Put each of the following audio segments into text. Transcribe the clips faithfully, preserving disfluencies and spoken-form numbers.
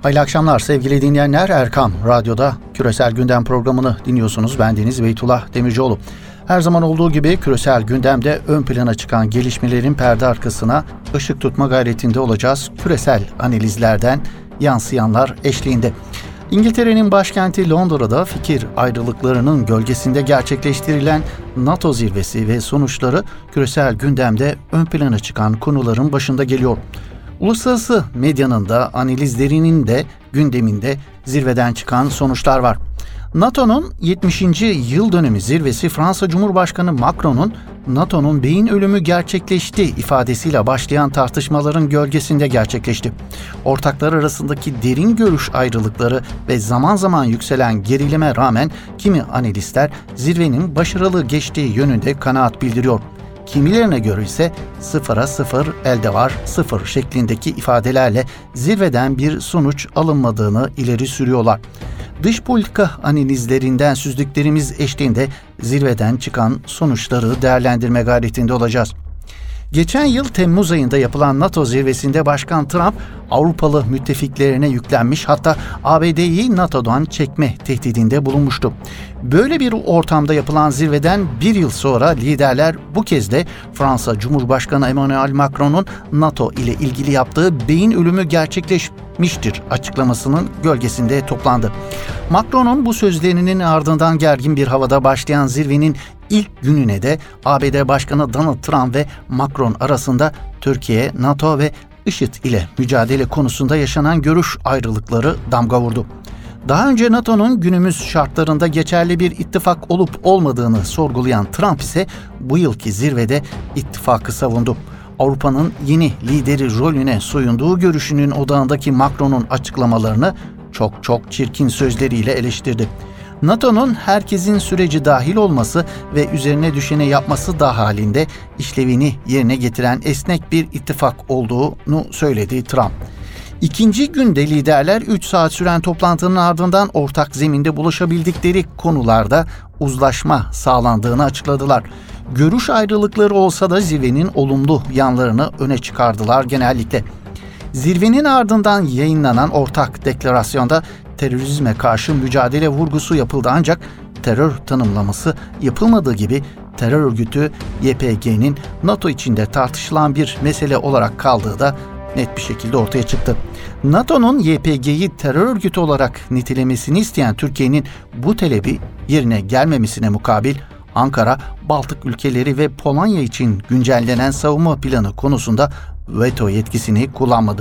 Hayırlı akşamlar sevgili dinleyenler. Erkam Radyo'da Küresel Gündem programını dinliyorsunuz. Ben Deniz Beytullah Demircioğlu. Her zaman olduğu gibi küresel gündemde ön plana çıkan gelişmelerin perde arkasına ışık tutma gayretinde olacağız. Küresel analizlerden yansıyanlar eşliğinde. İngiltere'nin başkenti Londra'da fikir ayrılıklarının gölgesinde gerçekleştirilen NATO zirvesi ve sonuçları küresel gündemde ön plana çıkan konuların başında geliyor. Uluslararası medyanın da analizlerinin de gündeminde zirveden çıkan sonuçlar var. NATO'nun yetmişinci yıl dönümü zirvesi Fransa Cumhurbaşkanı Macron'un NATO'nun beyin ölümü gerçekleşti ifadesiyle başlayan tartışmaların gölgesinde gerçekleşti. Ortaklar arasındaki derin görüş ayrılıkları ve zaman zaman yükselen gerilime rağmen kimi analistler zirvenin başarılı geçtiği yönünde kanaat bildiriyor. Kimilerine göre ise sıfıra sıfır elde var sıfır şeklindeki ifadelerle zirveden bir sonuç alınmadığını ileri sürüyorlar. Dış politika analizlerinden süzdüklerimiz eşliğinde zirveden çıkan sonuçları değerlendirme gayretinde olacağız. Geçen yıl Temmuz ayında yapılan NATO zirvesinde Başkan Trump Avrupalı müttefiklerine yüklenmiş, hatta A B D'yi NATO'dan çekme tehdidinde bulunmuştu. Böyle bir ortamda yapılan zirveden bir yıl sonra liderler bu kez de Fransa Cumhurbaşkanı Emmanuel Macron'un NATO ile ilgili yaptığı beyin ölümü gerçekleşmiştir açıklamasının gölgesinde toplandı. Macron'un bu sözlerinin ardından gergin bir havada başlayan zirvenin İlk gününe de A B D Başkanı Donald Trump ve Macron arasında Türkiye, NATO ve IŞİD ile mücadele konusunda yaşanan görüş ayrılıkları damga vurdu. Daha önce NATO'nun günümüz şartlarında geçerli bir ittifak olup olmadığını sorgulayan Trump ise bu yılki zirvede ittifakı savundu. Avrupa'nın yeni lideri rolüne soyunduğu görüşünün odağındaki Macron'un açıklamalarını çok çok çirkin sözleriyle eleştirdi. NATO'nun herkesin süreci dahil olması ve üzerine düşeni yapması da halinde işlevini yerine getiren esnek bir ittifak olduğunu söyledi Trump. İkinci günde liderler üç saat süren toplantının ardından ortak zeminde buluşabildikleri konularda uzlaşma sağlandığını açıkladılar. Görüş ayrılıkları olsa da zirvenin olumlu yanlarını öne çıkardılar genellikle. Zirvenin ardından yayınlanan ortak deklarasyonda terörizme karşı mücadele vurgusu yapıldı, ancak terör tanımlaması yapılmadığı gibi terör örgütü Y P G'nin NATO içinde tartışılan bir mesele olarak kaldığı da net bir şekilde ortaya çıktı. NATO'nun Y P G'yi terör örgütü olarak nitelemesini isteyen Türkiye'nin bu talebi yerine gelmemesine mukabil Ankara, Baltık ülkeleri ve Polonya için güncellenen savunma planı konusunda veto yetkisini kullanmadı.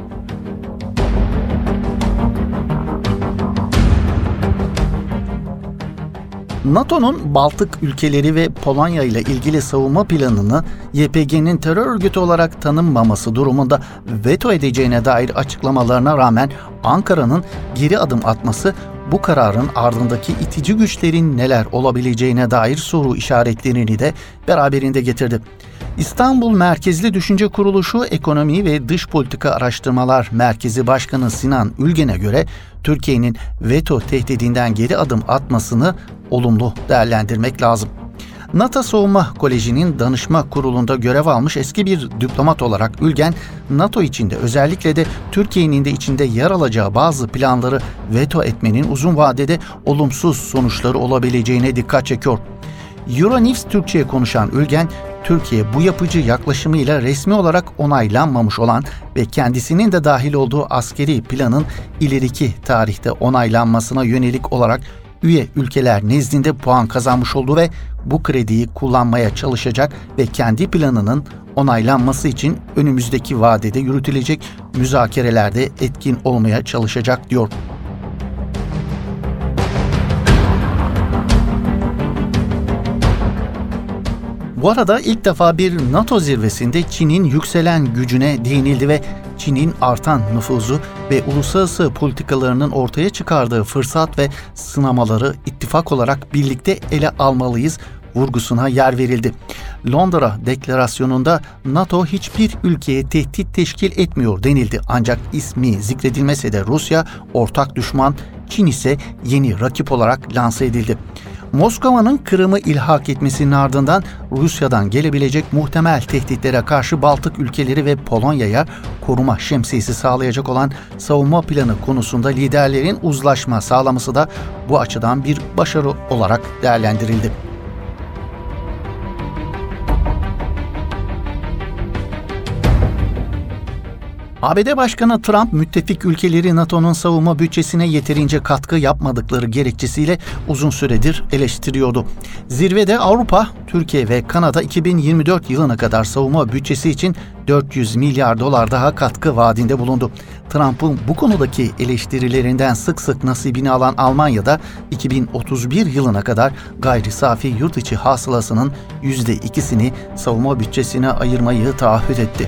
NATO'nun Baltık ülkeleri ve Polonya ile ilgili savunma planını Y P G'nin terör örgütü olarak tanınmaması durumunda veto edeceğine dair açıklamalarına rağmen Ankara'nın geri adım atması bu kararın ardındaki itici güçlerin neler olabileceğine dair soru işaretlerini de beraberinde getirdi. İstanbul Merkezli Düşünce Kuruluşu Ekonomi ve Dış Politika Araştırmalar Merkezi Başkanı Sinan Ülgen'e göre Türkiye'nin veto tehdidinden geri adım atmasını olumlu değerlendirmek lazım. NATO Savunma Koleji'nin danışma kurulunda görev almış eski bir diplomat olarak Ülgen, NATO içinde özellikle de Türkiye'nin de içinde yer alacağı bazı planları veto etmenin uzun vadede olumsuz sonuçları olabileceğine dikkat çekiyor. Euronews Türkçe'ye konuşan Ülgen, Türkiye bu yapıcı yaklaşımıyla resmi olarak onaylanmamış olan ve kendisinin de dahil olduğu askeri planın ileriki tarihte onaylanmasına yönelik olarak üye ülkeler nezdinde puan kazanmış olduğu ve bu krediyi kullanmaya çalışacak ve kendi planının onaylanması için önümüzdeki vadede yürütülecek müzakerelerde etkin olmaya çalışacak diyor. Bu arada ilk defa bir NATO zirvesinde Çin'in yükselen gücüne değinildi ve Çin'in artan nüfuzu ve uluslararası politikalarının ortaya çıkardığı fırsat ve sınamaları ittifak olarak birlikte ele almalıyız vurgusuna yer verildi. Londra Deklarasyonunda NATO hiçbir ülkeye tehdit teşkil etmiyor denildi, ancak ismi zikredilmese de Rusya ortak düşman, Çin ise yeni rakip olarak lanse edildi. Moskova'nın Kırım'ı ilhak etmesinin ardından Rusya'dan gelebilecek muhtemel tehditlere karşı Baltık ülkeleri ve Polonya'ya koruma şemsiyesi sağlayacak olan savunma planı konusunda liderlerin uzlaşma sağlaması da bu açıdan bir başarı olarak değerlendirildi. A B D Başkanı Trump, müttefik ülkeleri NATO'nun savunma bütçesine yeterince katkı yapmadıkları gerekçesiyle uzun süredir eleştiriyordu. Zirvede Avrupa, Türkiye ve Kanada iki bin yirmi dört yılına kadar savunma bütçesi için dört yüz milyar dolar daha katkı vaadinde bulundu. Trump'ın bu konudaki eleştirilerinden sık sık nasibini alan Almanya'da iki bin otuz bir yılına kadar gayri safi yurt içi hasılasının yüzde ikisini savunma bütçesine ayırmayı taahhüt etti.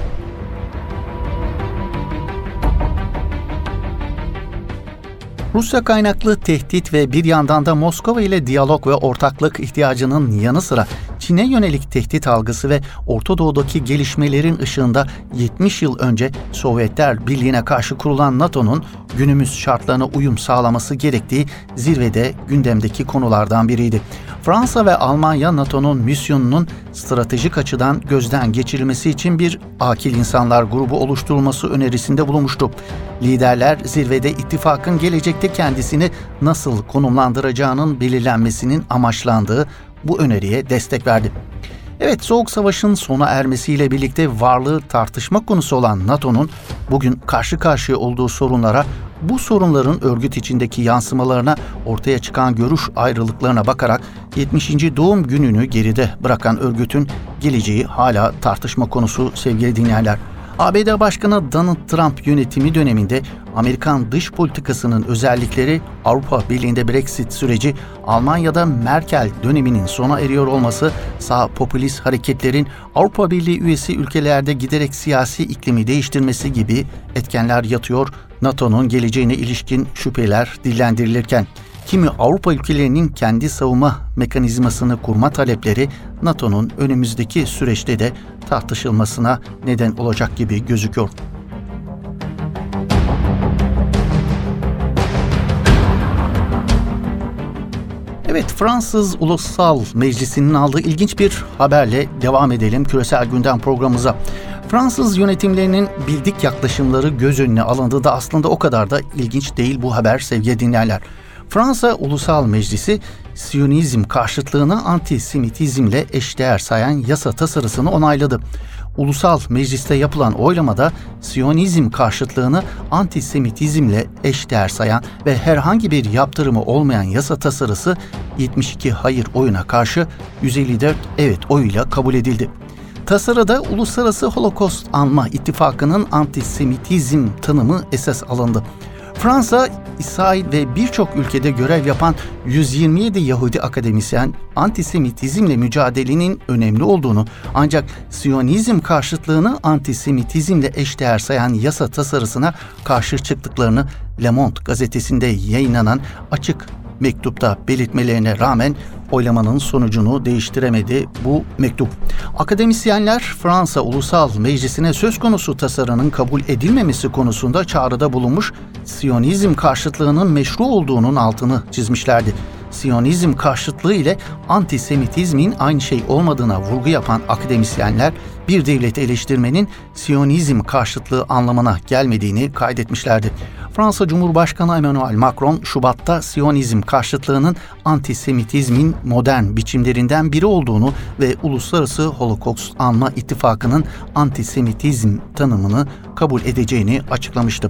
Rusya kaynaklı tehdit ve bir yandan da Moskova ile diyalog ve ortaklık ihtiyacının yanı sıra Çin'e yönelik tehdit algısı ve Orta Doğu'daki gelişmelerin ışığında yetmiş yıl önce Sovyetler Birliği'ne karşı kurulan NATO'nun günümüz şartlarına uyum sağlaması gerektiği zirvede gündemdeki konulardan biriydi. Fransa ve Almanya NATO'nun misyonunun stratejik açıdan gözden geçirilmesi için bir akil insanlar grubu oluşturulması önerisinde bulunmuştu. Liderler zirvede ittifakın gelecekte kendisini nasıl konumlandıracağının belirlenmesinin amaçlandığı bu öneriye destek verdi. Evet, Soğuk Savaş'ın sona ermesiyle birlikte varlığı tartışma konusu olan NATO'nun bugün karşı karşıya olduğu sorunlara, bu sorunların örgüt içindeki yansımalarına, ortaya çıkan görüş ayrılıklarına bakarak yetmişinci doğum gününü geride bırakan örgütün geleceği hala tartışma konusu sevgili dinleyenler. A B D Başkanı Donald Trump yönetimi döneminde Amerikan dış politikasının özellikleri, Avrupa Birliği'nde Brexit süreci, Almanya'da Merkel döneminin sona eriyor olması, sağ popülist hareketlerin Avrupa Birliği üyesi ülkelerde giderek siyasi iklimi değiştirmesi gibi etkenler yatıyor NATO'nun geleceğine ilişkin şüpheler dillendirilirken, kimi Avrupa ülkelerinin kendi savunma mekanizmasını kurma talepleri NATO'nun önümüzdeki süreçte de tartışılmasına neden olacak gibi gözüküyor. Evet, Fransız Ulusal Meclisi'nin aldığı ilginç bir haberle devam edelim küresel gündem programımıza. Fransız yönetimlerinin bildik yaklaşımları göz önüne alındığı da aslında o kadar da ilginç değil bu haber sevgili dinleyenler. Fransa Ulusal Meclisi, Siyonizm karşıtlığını antisemitizmle eşdeğer sayan yasa tasarısını onayladı. Ulusal Meclis'te yapılan oylamada Siyonizm karşıtlığını antisemitizmle eşdeğer sayan ve herhangi bir yaptırımı olmayan yasa tasarısı yetmiş iki hayır oyuna karşı yüz elli dört evet oyuyla kabul edildi. Tasarıda Uluslararası Holokost Anma İttifakı'nın antisemitizm tanımı esas alındı. Fransa, İsrail ve birçok ülkede görev yapan yüz yirmi yedi Yahudi akademisyen antisemitizmle mücadelenin önemli olduğunu, ancak Siyonizm karşıtlığını antisemitizmle eşdeğer sayan yasa tasarısına karşı çıktıklarını Le Monde gazetesinde yayınlanan açık mektupta belirtmelerine rağmen oylamanın sonucunu değiştiremedi bu mektup. Akademisyenler Fransa Ulusal Meclisi'ne söz konusu tasarının kabul edilmemesi konusunda çağrıda bulunmuş, Siyonizm karşıtlığının meşru olduğunun altını çizmişlerdi. Siyonizm karşıtlığı ile antisemitizmin aynı şey olmadığına vurgu yapan akademisyenler, bir devleti eleştirmenin Siyonizm karşıtlığı anlamına gelmediğini kaydetmişlerdi. Fransa Cumhurbaşkanı Emmanuel Macron, Şubat'ta Siyonizm karşıtlığının antisemitizmin modern biçimlerinden biri olduğunu ve Uluslararası Holokost Anma İttifakı'nın antisemitizm tanımını kabul edeceğini açıklamıştı.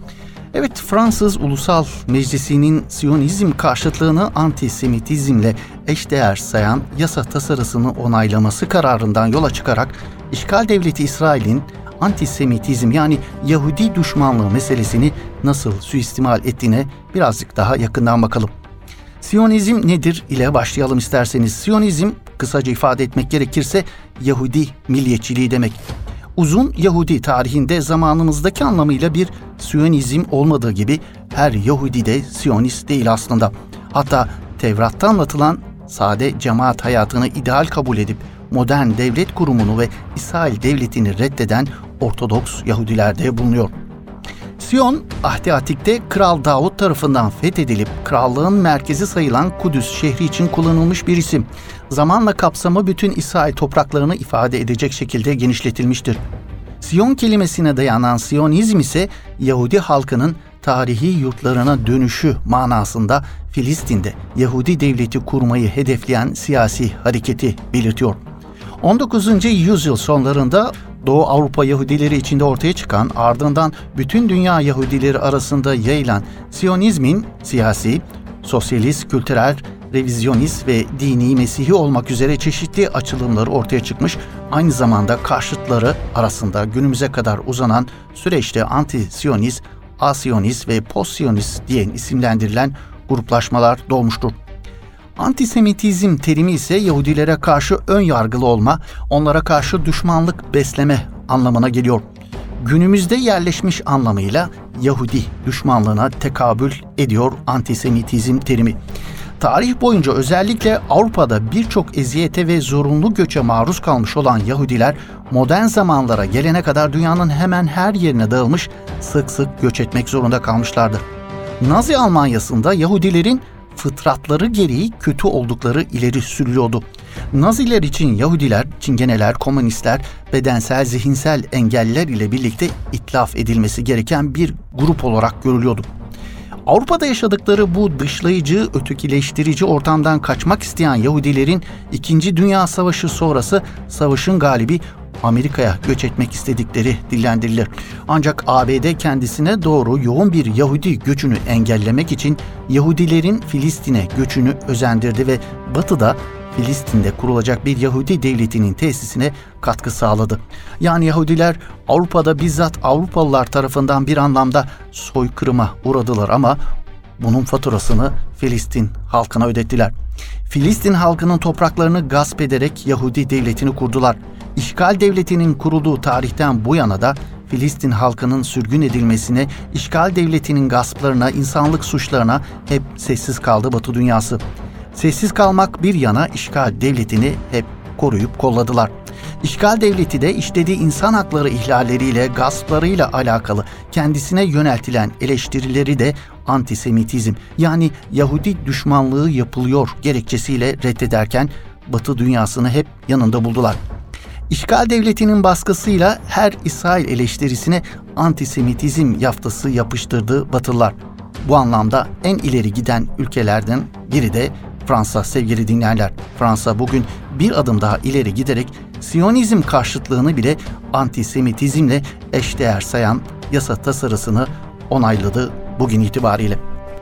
Evet, Fransız Ulusal Meclisi'nin Siyonizm karşıtlığını antisemitizmle eşdeğer sayan yasa tasarısını onaylaması kararından yola çıkarak işgal devleti İsrail'in antisemitizm yani Yahudi düşmanlığı meselesini nasıl suistimal ettiğine birazcık daha yakından bakalım. Siyonizm nedir ile başlayalım isterseniz. Siyonizm, kısaca ifade etmek gerekirse, Yahudi milliyetçiliği demek. Uzun Yahudi tarihinde zamanımızdaki anlamıyla bir Siyonizm olmadığı gibi her Yahudi de Siyonist değil aslında. Hatta Tevrat'ta anlatılan sade cemaat hayatını ideal kabul edip modern devlet kurumunu ve İsrail devletini reddeden Ortodoks Yahudiler de bulunuyor. Siyon, Ahdi Atik'te Kral Davut tarafından fethedilip krallığın merkezi sayılan Kudüs şehri için kullanılmış bir isim. Zamanla kapsamı bütün İsrail topraklarını ifade edecek şekilde genişletilmiştir. Siyon kelimesine dayanan Siyonizm ise Yahudi halkının tarihi yurtlarına dönüşü manasında Filistin'de Yahudi devleti kurmayı hedefleyen siyasi hareketi belirtiyor. on dokuzuncu yüzyıl sonlarında Doğu Avrupa Yahudileri içinde ortaya çıkan, ardından bütün dünya Yahudileri arasında yayılan Siyonizmin siyasi, sosyalist, kültürel, revizyonist ve dini Mesihi olmak üzere çeşitli açılımları ortaya çıkmış, aynı zamanda karşıtları arasında günümüze kadar uzanan süreçte anti-Siyonist, asiyonist ve post-Siyonist diye isimlendirilen gruplaşmalar doğmuştur. Antisemitizm terimi ise Yahudilere karşı ön yargılı olma, onlara karşı düşmanlık besleme anlamına geliyor. Günümüzde yerleşmiş anlamıyla Yahudi düşmanlığına tekabül ediyor antisemitizm terimi. Tarih boyunca özellikle Avrupa'da birçok eziyete ve zorunlu göçe maruz kalmış olan Yahudiler modern zamanlara gelene kadar dünyanın hemen her yerine dağılmış, sık sık göç etmek zorunda kalmışlardır. Nazi Almanyası'nda Yahudilerin fıtratları gereği kötü oldukları ileri sürülüyordu. Naziler için Yahudiler, Çingeneler, komünistler, bedensel, zihinsel engeller ile birlikte itlaf edilmesi gereken bir grup olarak görülüyordu. Avrupa'da yaşadıkları bu dışlayıcı, ötekileştirici ortamdan kaçmak isteyen Yahudilerin İkinci Dünya Savaşı sonrası savaşın galibi Amerika'ya göç etmek istedikleri dillendirilir. Ancak A B D kendisine doğru yoğun bir Yahudi göçünü engellemek için Yahudilerin Filistin'e göçünü özendirdi ve Batı'da Filistin'de kurulacak bir Yahudi devletinin tesisine katkı sağladı. Yani Yahudiler Avrupa'da bizzat Avrupalılar tarafından bir anlamda soykırıma uğradılar ama bunun faturasını Filistin halkına ödettiler. Filistin halkının topraklarını gasp ederek Yahudi devletini kurdular. İşgal devletinin kurulduğu tarihten bu yana da Filistin halkının sürgün edilmesine, işgal devletinin gasplarına, insanlık suçlarına hep sessiz kaldı Batı dünyası. Sessiz kalmak bir yana işgal devletini hep koruyup kolladılar. İşgal devleti de işlediği insan hakları ihlalleriyle, gasplarıyla alakalı kendisine yöneltilen eleştirileri de antisemitizm yani Yahudi düşmanlığı yapılıyor gerekçesiyle reddederken Batı dünyasını hep yanında buldular. İşgal devletinin baskısıyla her İsrail eleştirisine antisemitizm yaftası yapıştırdı Batılılar. Bu anlamda en ileri giden ülkelerden biri de Fransa sevgili dinleyenler. Fransa bugün bir adım daha ileri giderek Siyonizm karşıtlığını bile antisemitizmle eşdeğer sayan yasa tasarısını onayladı bugün itibariyle.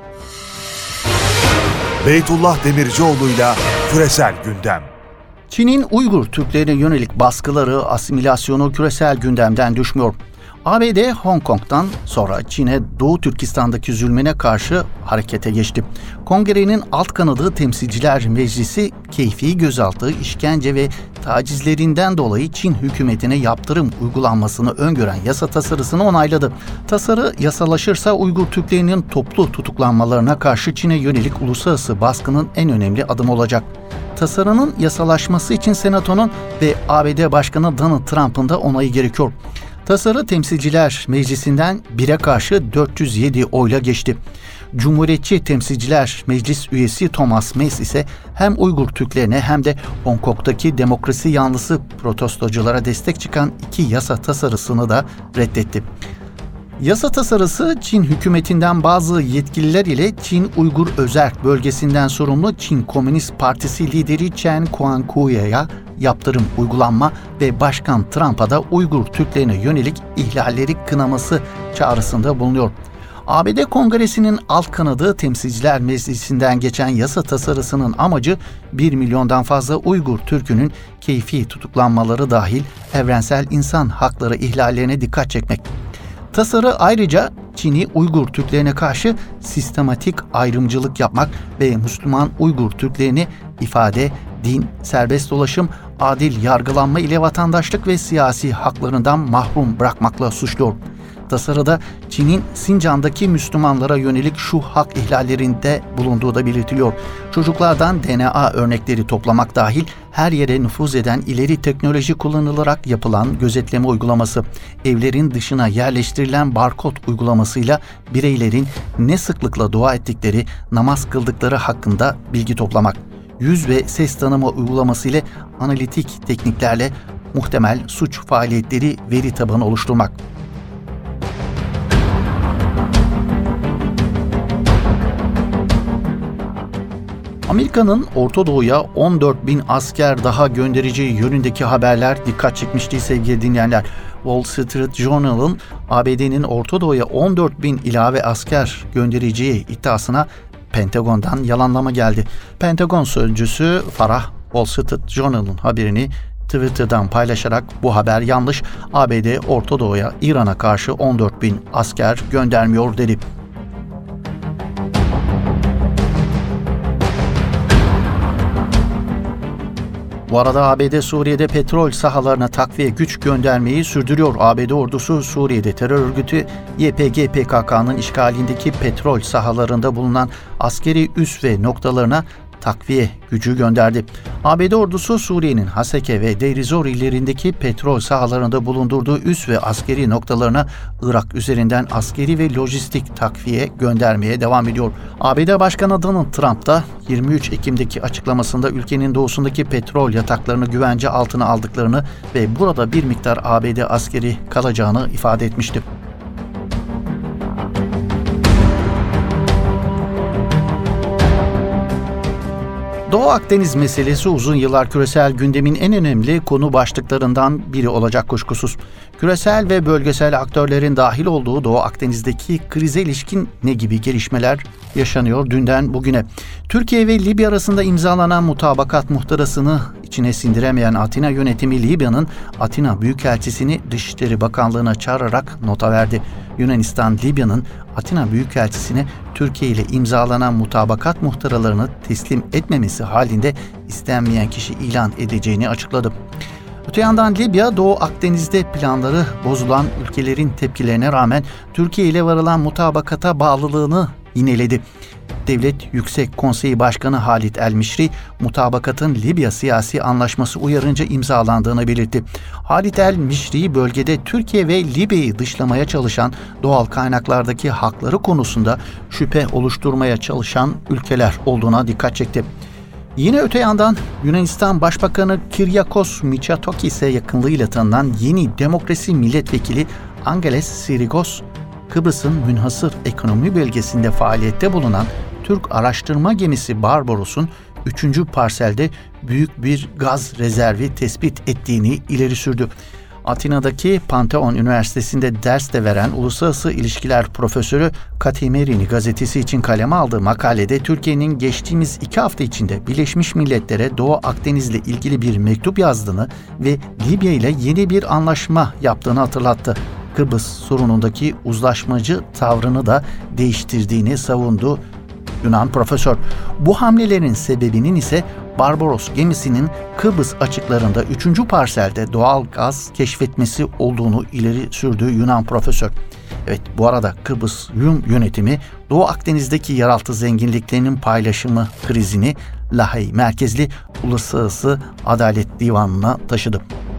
Beytullah Demircioğlu'yla Küresel Gündem. Çin'in Uygur Türklerine yönelik baskıları, asimilasyonu küresel gündemden düşmüyor. A B D, Hong Kong'dan sonra Çin'e Doğu Türkistan'daki zulmüne karşı harekete geçti. Kongrenin alt kanadı Temsilciler Meclisi keyfi gözaltı, işkence ve tacizlerinden dolayı Çin hükümetine yaptırım uygulanmasını öngören yasa tasarısını onayladı. Tasarı yasalaşırsa Uygur Türklerinin toplu tutuklanmalarına karşı Çin'e yönelik uluslararası baskının en önemli adımı olacak. Tasarının yasalaşması için Senato'nun ve A B D Başkanı Donald Trump'ın da onayı gerekiyor. Tasarı Temsilciler Meclisi'nden bire karşı dört yüz yedi oyla geçti. Cumhuriyetçi Temsilciler Meclis üyesi Thomas Mace ise hem Uygur Türklerine hem de Hong Kong'daki demokrasi yanlısı protestoculara destek çıkan iki yasa tasarısını da reddetti. Yasa tasarısı Çin hükümetinden bazı yetkililer ile Çin Uygur Özerk Bölgesi'nden sorumlu Çin Komünist Partisi lideri Chen Quanguo'ya yaptırım uygulanma ve Başkan Trump'a da Uygur Türklerine yönelik ihlalleri kınaması çağrısında bulunuyor. A B D Kongresi'nin alt kanadı Temsilciler Meclisi'nden geçen yasa tasarısının amacı bir milyondan fazla Uygur Türk'ünün keyfi tutuklanmaları dahil evrensel insan hakları ihlallerine dikkat çekmek. Tasarı ayrıca Çin'i Uygur Türklerine karşı sistematik ayrımcılık yapmak ve Müslüman Uygur Türklerini ifade, din, serbest dolaşım, adil yargılanma ile vatandaşlık ve siyasi haklarından mahrum bırakmakla suçluyor. tasarıda Çin'in Sincan'daki Müslümanlara yönelik şu hak ihlallerinde bulunduğu da belirtiliyor. Çocuklardan D N A örnekleri toplamak dahil her yere nüfuz eden ileri teknoloji kullanılarak yapılan gözetleme uygulaması, evlerin dışına yerleştirilen barkod uygulamasıyla bireylerin ne sıklıkla dua ettikleri, namaz kıldıkları hakkında bilgi toplamak, yüz ve ses tanıma uygulaması ile analitik tekniklerle muhtemel suç faaliyetleri veri tabanı oluşturmak. Amerika'nın Orta Doğu'ya on dört bin asker daha göndereceği yönündeki haberler dikkat çekmişti sevgili dinleyenler. Wall Street Journal'ın A B D'nin Orta Doğu'ya on dört bin ilave asker göndereceği iddiasına Pentagon'dan yalanlama geldi. Pentagon sözcüsü Farah, Wall Street Journal'ın haberini Twitter'dan paylaşarak bu haber yanlış, A B D Orta Doğu'ya İran'a karşı on dört bin asker göndermiyor dedi. Bu arada A B D Suriye'de petrol sahalarına takviye güç göndermeyi sürdürüyor. A B D ordusu Suriye'de terör örgütü Y P G P K K'nın işgalindeki petrol sahalarında bulunan askeri üs ve noktalarına takviye gücü gönderdi. A B D ordusu Suriye'nin Haseke ve Deir ez-Zor illerindeki petrol sahalarında bulundurduğu üs ve askeri noktalarına Irak üzerinden askeri ve lojistik takviye göndermeye devam ediyor. A B D Başkanı Donald Trump da yirmi üç Ekim'deki açıklamasında ülkenin doğusundaki petrol yataklarını güvence altına aldıklarını ve burada bir miktar A B D askeri kalacağını ifade etmişti. Doğu Akdeniz meselesi uzun yıllar küresel gündemin en önemli konu başlıklarından biri olacak kuşkusuz. Küresel ve bölgesel aktörlerin dahil olduğu Doğu Akdeniz'deki krize ilişkin ne gibi gelişmeler yaşanıyor dünden bugüne? Türkiye ve Libya arasında imzalanan mutabakat muhtırasını içine sindiremeyen Atina yönetimi Libya'nın Atina Büyükelçisini Dışişleri Bakanlığı'na çağırarak nota verdi. Yunanistan, Libya'nın Atina Büyükelçisi'ne Türkiye ile imzalanan mutabakat muhtıralarını teslim etmemesi halinde istenmeyen kişi ilan edeceğini açıkladı. Öte yandan Libya, Doğu Akdeniz'de planları bozulan ülkelerin tepkilerine rağmen Türkiye ile varılan mutabakata bağlılığını yineledi. Devlet Yüksek Konseyi Başkanı Halit El-Mişri, mutabakatın Libya siyasi anlaşması uyarınca imzalandığını belirtti. Halit El-Mişri, bölgede Türkiye ve Libya'yı dışlamaya çalışan doğal kaynaklardaki hakları konusunda şüphe oluşturmaya çalışan ülkeler olduğuna dikkat çekti. Yine öte yandan Yunanistan Başbakanı Kyriakos Mitsotakis'e yakınlığıyla tanınan Yeni Demokrasi Milletvekili Angelos Syrigos, Kıbrıs'ın münhasır ekonomi bölgesinde faaliyette bulunan Türk araştırma gemisi Barbaros'un üçüncü parselde büyük bir gaz rezervi tespit ettiğini ileri sürdü. Atina'daki Pantheon Üniversitesi'nde ders de veren Uluslararası İlişkiler Profesörü Katimerini gazetesi için kaleme aldığı makalede Türkiye'nin geçtiğimiz iki hafta içinde Birleşmiş Milletler'e Doğu Akdeniz'le ilgili bir mektup yazdığını ve Libya ile yeni bir anlaşma yaptığını hatırlattı. Kıbrıs sorunundaki uzlaşmacı tavrını da değiştirdiğini savundu Yunan profesör. Bu hamlelerin sebebinin ise Barbaros gemisinin Kıbrıs açıklarında üçüncü parselde doğal gaz keşfetmesi olduğunu ileri sürdü Yunan profesör. Evet, bu arada Kıbrıs Rum yönetimi Doğu Akdeniz'deki yeraltı zenginliklerinin paylaşımı krizini Lahey merkezli Uluslararası Adalet Divanı'na taşıdı.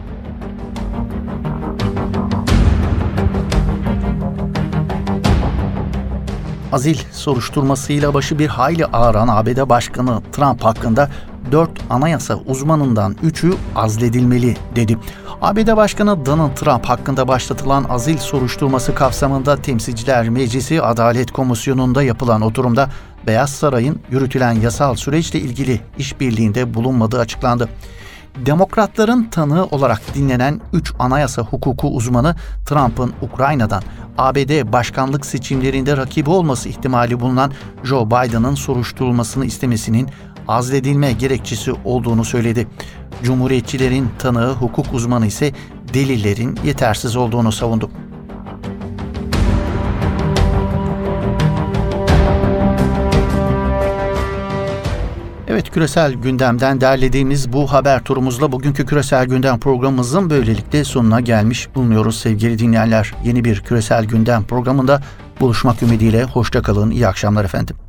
Azil soruşturmasıyla başı bir hayli ağıran A B D Başkanı Trump hakkında dört anayasa uzmanından üçü azledilmeli dedi. A B D Başkanı Donald Trump hakkında başlatılan azil soruşturması kapsamında Temsilciler Meclisi Adalet Komisyonu'nda yapılan oturumda Beyaz Saray'ın yürütülen yasal süreçle ilgili işbirliğinde bulunmadığı açıklandı. Demokratların tanığı olarak dinlenen üç anayasa hukuku uzmanı Trump'ın Ukrayna'dan A B D başkanlık seçimlerinde rakibi olması ihtimali bulunan Joe Biden'ın soruşturulmasını istemesinin azledilme gerekçesi olduğunu söyledi. Cumhuriyetçilerin tanığı hukuk uzmanı ise delillerin yetersiz olduğunu savundu. Evet, küresel gündemden derlediğimiz bu haber turumuzla bugünkü Küresel Gündem programımızın böylelikle sonuna gelmiş bulunuyoruz sevgili dinleyenler. Yeni bir Küresel Gündem programında buluşmak ümidiyle hoşça kalın, iyi akşamlar efendim.